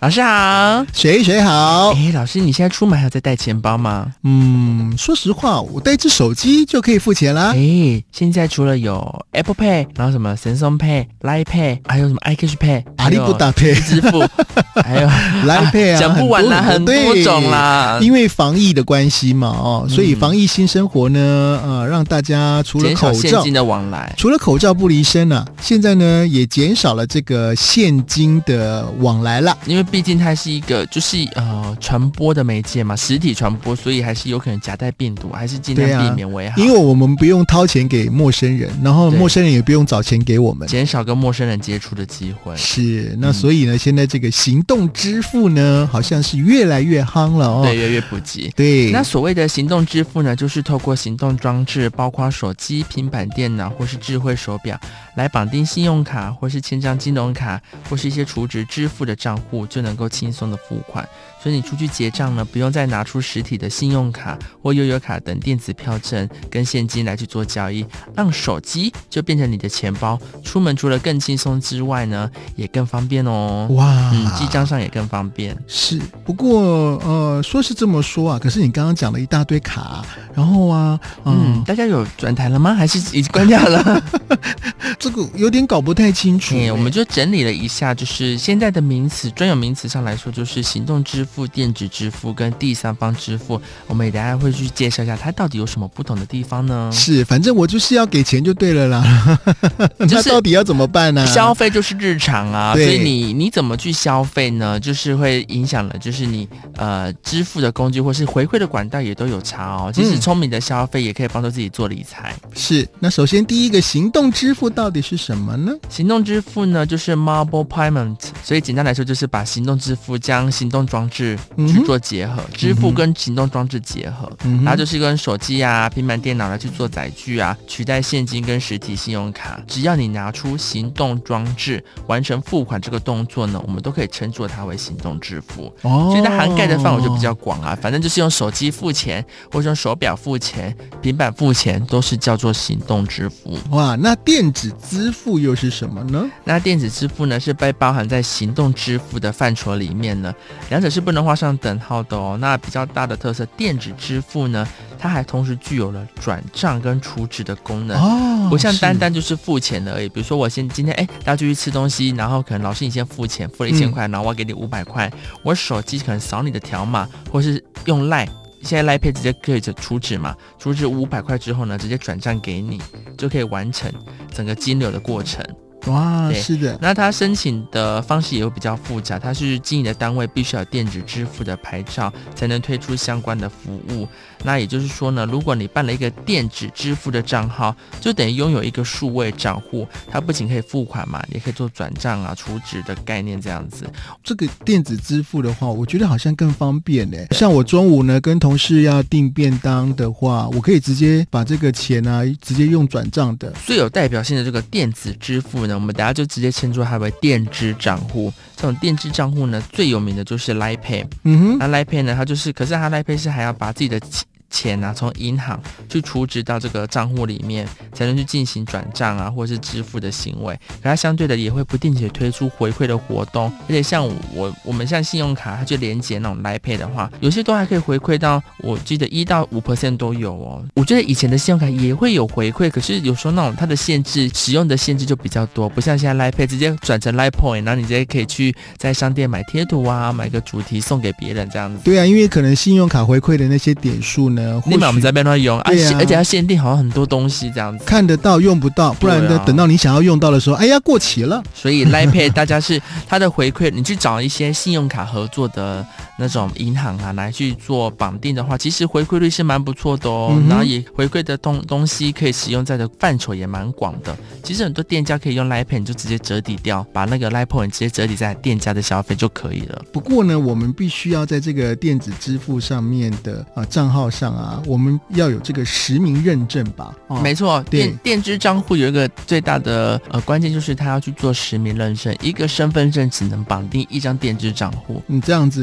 老师好。 谁好？ 老师，你现在出门还有在带钱包吗？ 说实话，我带一只手机就可以付钱啦。 现在除了有 Apple Pay， 然后什么 Samsung Pay、Line Pay， 还有什么 iCash Pay、 阿里不达 Pay 支付，还有 Line Pay 啊， 讲不完啦，很多种啦。 因为防疫的关系嘛，所以防疫新生活呢，让大家除了口罩减少现金的往来， 除了口罩不离身啊，现在呢也减少了这个现金的往来了。 因为毕竟它是一个就是传播的媒介嘛，实体传播，所以还是有可能夹带病毒，还是尽量避免为好。 因为我们不用掏钱给陌生人，然后陌生人也不用找钱给我们， 减少跟陌生人接触的机会。 是，那所以呢，现在这个行动支付呢，好像是越来越夯了哦。 对，越来越普及。 对， 那所谓的行动支付呢，就是透过行动装置，包括手机、平板电脑或是智慧手表，来绑定信用卡或是签章金融卡或是一些储值支付的账户，就能够轻松的付款。所以你出去结账呢，不用再拿出实体的信用卡或悠游卡等电子票证跟现金来去做交易，让手机就变成你的钱包。出门除了更轻松之外呢，也更方便哦。 哇， 记账上也更方便。 是，不过说是这么说啊，可是你刚刚讲了一大堆卡，然后啊， 大家有转台了吗？还是已经关掉了？ 这个有点搞不太清楚。 我们就整理了一下，就是现在的名词，专有名词上来说，就是行动支付、电子支付跟第三方支付。我们也大家会去介绍一下它到底有什么不同的地方呢？ 是，反正我就是要给钱就对了啦。那到底要怎么办呢？ 消费就是日常啊，所对， 以你怎么去消费呢？就是会影响了，就是你支付的工具或是回馈的管道也都有差哦。其实聪明的消费也可以帮助自己做理财。 是，那首先第一个行动支付到底是什么呢？ 行动支付呢，就是 mobile payment， 所以简单来说就是把行动支付将行动装置去做结合，支付跟行动装置结合，然后就是跟手机啊、平板电脑来去做载具啊，取代现金跟实体信用卡。只要你拿出行动装置完成付款这个动作呢，我们都可以称作它为行动支付。所以它涵盖的范围就比较广啊，反正就是用手机付钱，或者用手表付钱、平板付钱，都是叫做行动支付。 哇，那电子支付又是什么呢？ 那电子支付呢，是被包含在行动支付的范畴里面呢，两者是不能画上等号的哦。那比较大的特色，电子支付呢，它还同时具有了转账跟储值的功能不像单单就是付钱而已。比如说我今天大家就去吃东西，然后可能老师你先付钱，付了1000块，然后我要给你500块，我手机可能扫你的条码，或是用 Line， 现在 Line Pay 直接可以储值嘛，储值500块之后呢，直接转账给你，就可以完成整个金流的过程。 哇，是的。 那它申请的方式也会比较复杂，它是经营的单位必须要有电子支付的牌照，才能推出相关的服务。那也就是说呢，如果你办了一个电子支付的账号，就等于拥有一个数位账户，它不仅可以付款嘛，也可以做转账啊、储值的概念这样子。 这个电子支付的话，我觉得好像更方便耶。像我中午呢跟同事要订便当的话，我可以直接把这个钱啊直接用转账的。 最有代表性的这个电子支付呢，我们大家就直接称作它为电支账户。这种电支账户呢，最有名的就是 Line Pay。那 Line Pay 呢，它就是，可是它 Line Pay 是还要把自己的钱啊从银行去储值到这个账户里面，才能去进行转账啊或是支付的行为。可它相对的也会不定期推出回馈的活动，而且像我们像信用卡，它就连接那种 Line Pay 的话，有些都还可以回馈到，我记得1到5% 都有哦。我觉得以前的信用卡也会有回馈，可是有时候那种它的限制，使用的限制就比较多，不像现在 Line Pay 直接转成 Line Point， 然后你直接可以去在商店买贴图啊，买个主题送给别人这样子。 对啊，因为可能信用卡回馈的那些点数呢， 立马我们这边都用而且要限定好像很多东西这样子， 看得到用不到，不然呢，等到你想要用到的时候，哎呀过期了。 所以 Line Pay 大家是它的回馈，你去找一些信用卡合作的那种银行啊来去做绑定的话，其实回馈率是蛮不错的哦。然后也回馈的东西可以使用在的范畴也蛮广的。其实很多店家可以用 Line Pay， 你就直接折抵掉，把那个 Line Point 直接折抵在店家的消费就可以了。 不过呢，我们必须要在这个电子支付上面的账号上啊，我们要有这个实名认证吧。 没错，电支账户有一个最大的关键就是它要去做实名认证，一个身份证只能绑定一张电支账户。 你这样子确定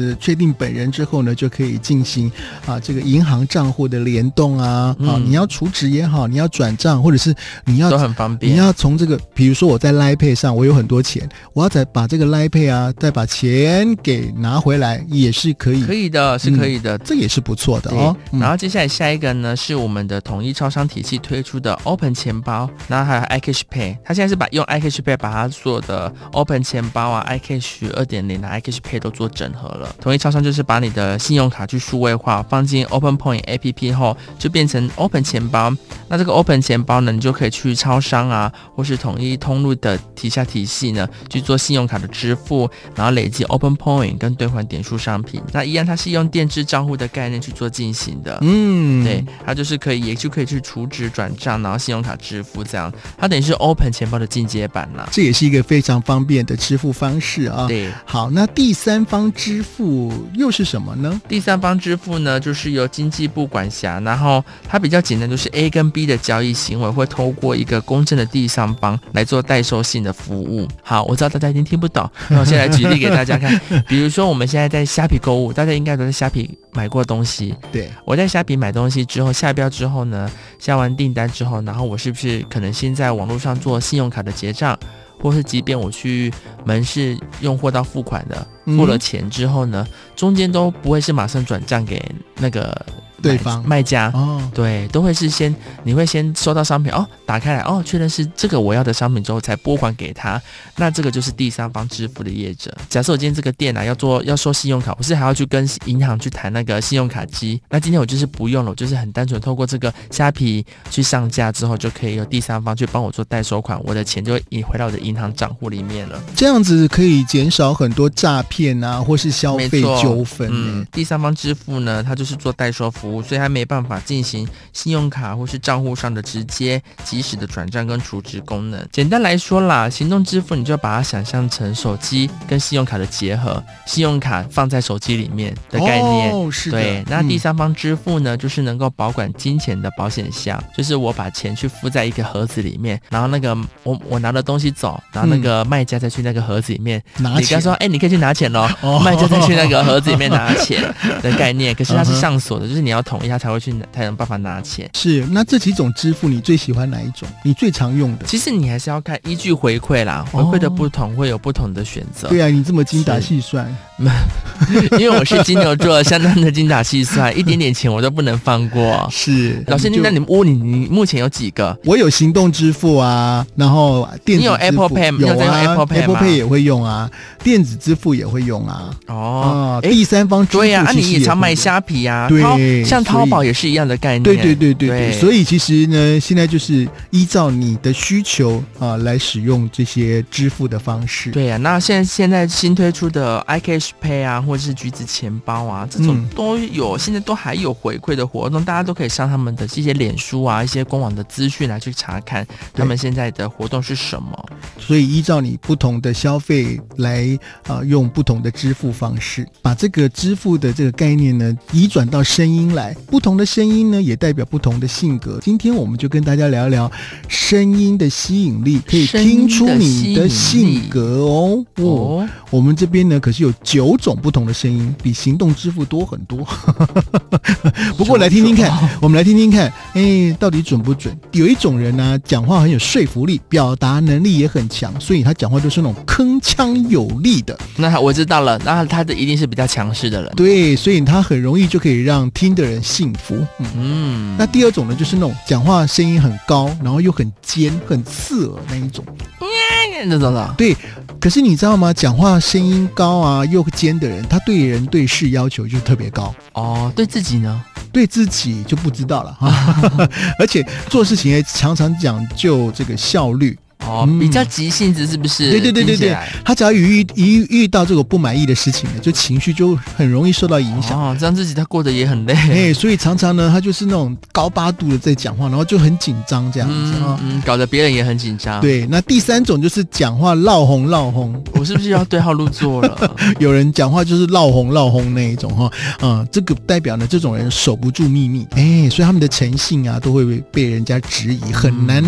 定本人之后呢，就可以进行这个银行账户的联动啊，你要储值也好，你要转账，或者是你要都很方便。 你要从这个，比如说我在 Line Pay 上我有很多钱，我要再把这个 Line Pay 再把钱给拿回来，也是可以， 可以的，是可以的， 这也是不错的哦。 然后接下来下一个呢，是我们的统一超商体系推出的 Open 钱包，然后还有 iCash Pay， 它现在是用 iCash Pay 把它所有的 Open 钱包啊、iCash 2.0 的 iCash Pay 都做整合了。统一超商就是把你的信用卡去数位化，放进 Open Point APP 后，就变成 Open 钱包。那这个 Open 钱包呢，你就可以去超商啊，或是统一通路的旗下体系呢，去做信用卡的支付，然后累积 Open Point 跟兑换点数商品。那一样，它是用电子账户的概念去做进行的。对，它就是也就可以去储值转账，然后信用卡支付这样。它等于是 Open 钱包的进阶版啦。 这也是一个非常方便的支付方式啊。 对， 好，那第三方支付又是什么呢？ 第三方支付呢，就是由经济部管辖，然后它比较简单，就是 A 跟 B 的交易行为会透过一个公正的第三方来做代收性的服务。好，我知道大家一定听不懂，那我先来举例给大家看。比如说我们现在在虾皮购物，大家应该都在虾皮买过东西。 对， 我在虾皮买东西之后，下标之后呢，下完订单之后，然后我是不是可能先在网络上做信用卡的结账，或是即便我去门市用货到付款的，付了钱之后呢，中间都不会是马上转账给那个对方卖家对，都会是你会先收到商品打开来确认是这个我要的商品之后才拨款给他，那这个就是第三方支付的业者。假设我今天这个店要收信用卡，我是还要去跟银行去谈那个信用卡机，那今天我就是不用了，我就是很单纯透过这个虾皮去上架之后，就可以由第三方去帮我做代收款，我的钱就会回到我的银行账户里面了。 这样子可以减少很多诈骗啊，或是消费纠纷。 第三方支付呢，它就是做代收服务，所以它没办法进行信用卡或是账户上的直接即时的转账跟储值功能。简单来说啦，行动支付你就把它想象成手机跟信用卡的结合，信用卡放在手机里面的概念。 是的。 对，那第三方支付呢，就是能够保管金钱的保险箱，就是我把钱去附在一个盒子里面，然后那个我拿了东西走，然后那个卖家再去那个盒子里面拿钱，你跟他说你可以去拿钱咯，卖家再去那个盒子里面拿钱的概念。可是它是上锁的，就是你要同意他才有办法拿钱。 是，那这几种支付你最喜欢哪一种？你最常用的？ 其实你还是要看依据回馈啦，回馈的不同会有不同的选择。 对啊，你这么精打细算。 因为我是金牛座，相当的精打细算，一点点钱我都不能放过。 是， 老师，那你目前有几个？ 我有行动支付啊，然后电子支付， 你有 Apple Pay 吗？有啊 ，Apple Pay 也会用啊，电子支付也会用啊。第三方支付对啊，你也常买虾皮啊， 对， 像淘宝也是一样的概念。 对，所以其实呢，现在就是依照你的需求来使用这些支付的方式。 对啊，那现在新推出的 iCash Pay 啊，或者是橘子钱包啊，这种都有，现在都还有回馈的活动，大家都可以上他们的这些脸书啊、一些官网的资讯来去查看他们现在的活动是什么。 所以依照你不同的消费来用不同的支付方式，把这个支付的这个概念呢移转到声音来，不同的声音呢也代表不同的性格。今天我们就跟大家聊聊声音的吸引力，可以听出你的性格哦。我们这边呢可是有9种不同的声音，比行动支付多很多。不过来听听看，我们来听听看，到底准不准？有一种人呢，讲话很有说服力，表达能力也很强，所以他讲话都是那种铿锵有力的。 那我知道了，那他的一定是比较强势的人。 对，所以他很容易就可以让听的人信服。那第二种呢，就是那种讲话声音很高，然后又很尖、很刺耳那一种。对，可是你知道吗？讲话声音高啊又尖的人，他对人对事要求就特别高。 对自己呢？ 对自己就不知道了。而且做事情也常常讲究这个效率。 比较急性子是不是？ 对，他只要遇到这个不满意的事情呢，就情绪就很容易受到影响。 这样自己他过得也很累。 所以常常呢，他就是那种高八度的在讲话，然后就很紧张这样子搞得别人也很紧张。 对，那第三种就是讲话闹哄，我是不是要对号入座了？ 有人讲话就是闹哄那一种这个代表呢，这种人守不住秘密，所以他们的诚信啊都会被人家质疑，很难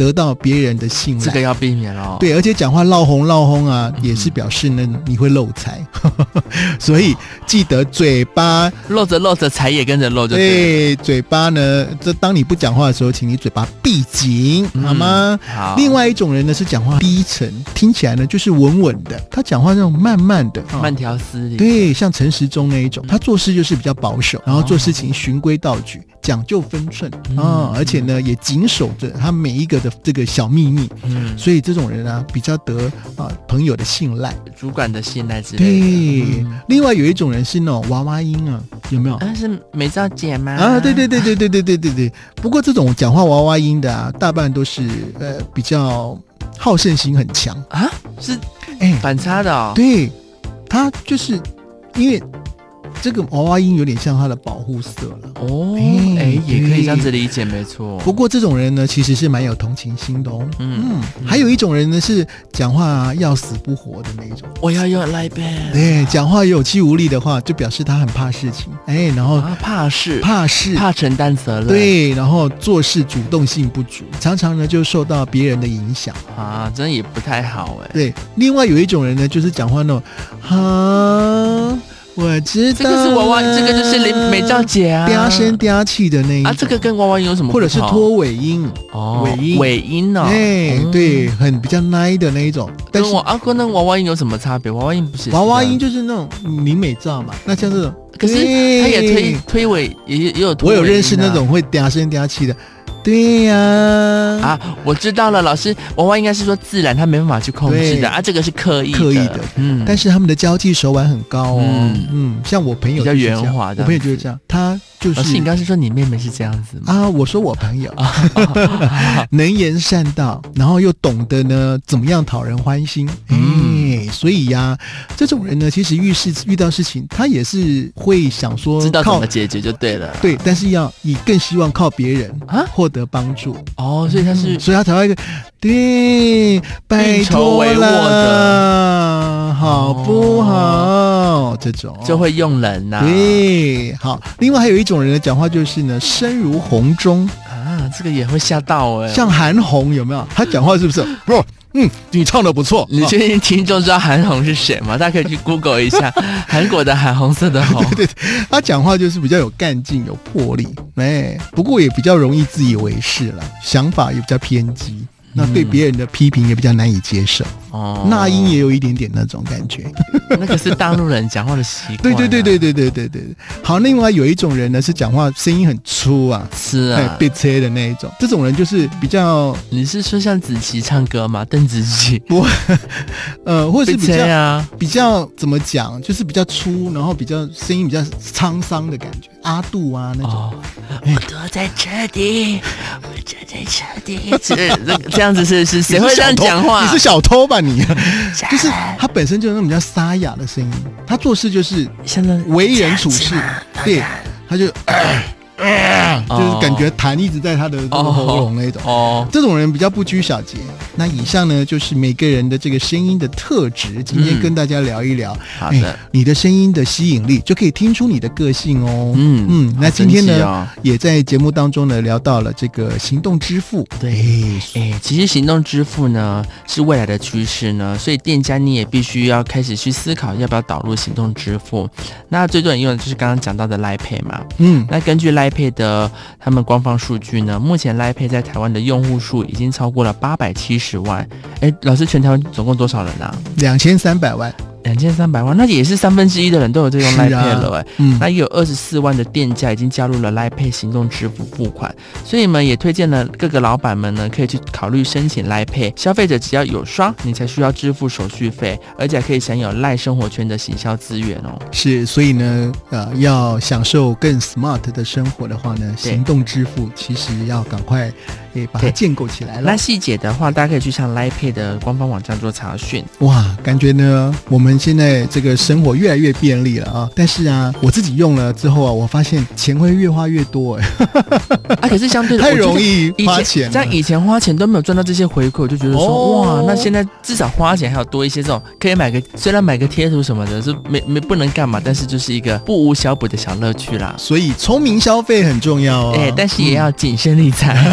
得到别人的信赖， 这个要避免哦。 对，而且讲话闹哄啊，也是表示呢你会漏财，所以记得嘴巴漏着财也跟着漏就对了。 对，嘴巴呢，当你不讲话的时候，请你嘴巴闭紧，好吗？ 好。 另外一种人呢是讲话低沉，听起来呢就是稳稳的，他讲话那种慢慢的， 慢条斯理。 对，像陈时中那一种，他做事就是比较保守，然后做事情循规蹈矩，讲究分寸而且呢也谨守着他每一个的这个小秘密，所以这种人啊比较得朋友的信赖， 主管的信赖之类的。 对，另外有一种人是那种娃娃音啊，有没有？ 是美照姐吗？ 对。不过这种讲话娃娃音的啊，大半都是比较好胜心很强啊，是反差的哦。 对，他就是因为这个娃娃音有点像他的保护色了哦，也可以这样子理解，没错。 不过这种人呢，其实是蛮有同情心的哦。还有一种人呢，是讲话要死不活的那一种。 我要用 LINE， 对，讲话有气无力的话，就表示他很怕事情。然后怕事，怕承担责任。 对，然后做事主动性不足，常常呢就受到别人的影响啊，真的也不太好对，另外有一种人呢，就是讲话那种我知道， 这个是娃娃，这个就是美照姐啊， 嗲声嗲气的那一种这个跟娃娃音有什么不同？ 或者是拖尾音尾音哦， 对，很比较奶的那一种。 跟那娃娃音有什么差别？娃娃音不是娃娃音就是那种林美照嘛，那像这种， 可是他也推尾，也有拖尾音。 我有认识那种会嗲声嗲气的。对呀， 我知道了，老师，娃娃应该是说自然，他没办法去控制的这个是刻意的， 但是他们的交际手腕很高哦，像我朋友比较圆滑的， 我朋友就是这样，他就是。 老师，你刚刚是说你妹妹是这样子吗？ 我说我朋友能言善道，然后又懂得呢怎么样讨人欢心，所以呀，这种人呢，其实遇到事情，他也是会想说知道怎么解决就对了， 对，但是更希望靠别人获得帮助所以他才会对，拜托了，好不好？这种就会用人呐。 对，好。另外还有一种人的讲话就是呢，声如洪钟这个也会吓到像韩红有没有？他讲话是不是？不。你唱得不错。 你确定听众知道韩红是谁吗？大家可以去 Google 一下韩国的韩红色的红。 对，他讲话就是比较有干劲、有魄力，不过也比较容易自以为是了，想法也比较偏激。那对别人的批评也比较难以接受那英也有一点点那种感觉那个是大陆人讲话的习惯对。好，另外有一种人呢是讲话声音很粗被切的那一种，这种人就是比较， 你是说像子琪唱歌吗？邓紫棋或者是比较怎么讲，就是比较粗，然后比较声音比较沧桑的感觉，阿杜那种我躲在车底，我躲在车底这样子是谁会这样讲话？ 你是小偷吧你？就是他本身就是那种比较沙哑的声音，他做事就是为人处事，对，他就就是感觉痰一直在他的这个喉咙那种这种人比较不拘小节。那以上呢就是每个人的这个声音的特质，今天跟大家聊一聊。 好的， 你的声音的吸引力就可以听出你的个性哦。那今天呢也在节目当中呢聊到了这个行动支付。 对，其实行动支付呢是未来的趋势呢，所以店家你也必须要开始去思考要不要导入行动支付。那最多人用的就是刚刚讲到的 LINE Pay 嘛。那根据 LINE Pay 的他们官方数据呢，目前 LINE Pay 在台湾的用户数已经超过了870万。老师，全台湾总共多少人啊 ？2300万。 2300万，那也是1/3的人都有在用 LINE Pay 了那也有24万的店家已经加入了 LINE Pay 行动支付付款，所以也推荐了各个老板们呢，可以去考虑申请 LINE Pay。消费者只要有刷，你才需要支付手续费，而且还可以享有 LINE 生活圈的行销资源是，所以呢，要享受更 smart 的生活的话呢，行动支付其实要赶快把它建构起来了。 那细节的话，大家可以去上 LINE Pay 的官方网站做查询。 哇，感觉呢，我们现在这个生活越来越便利了但是我自己用了之后我发现钱会越花越多可是相对的太容易花钱了， 像以前花钱都没有赚到这些回馈，我就觉得说哇，那现在至少花钱还有多一些这种可以虽然买个贴图什么的是不能干嘛，但是就是一个不无小补的小乐趣啦。 所以聪明消费很重要但是也要谨慎理财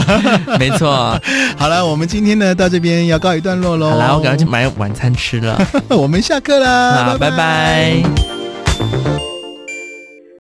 没错。 好了，我们今天呢到这边要告一段落喽。 好了，我赶快去买晚餐吃了。 我们下课啦， 好，拜拜。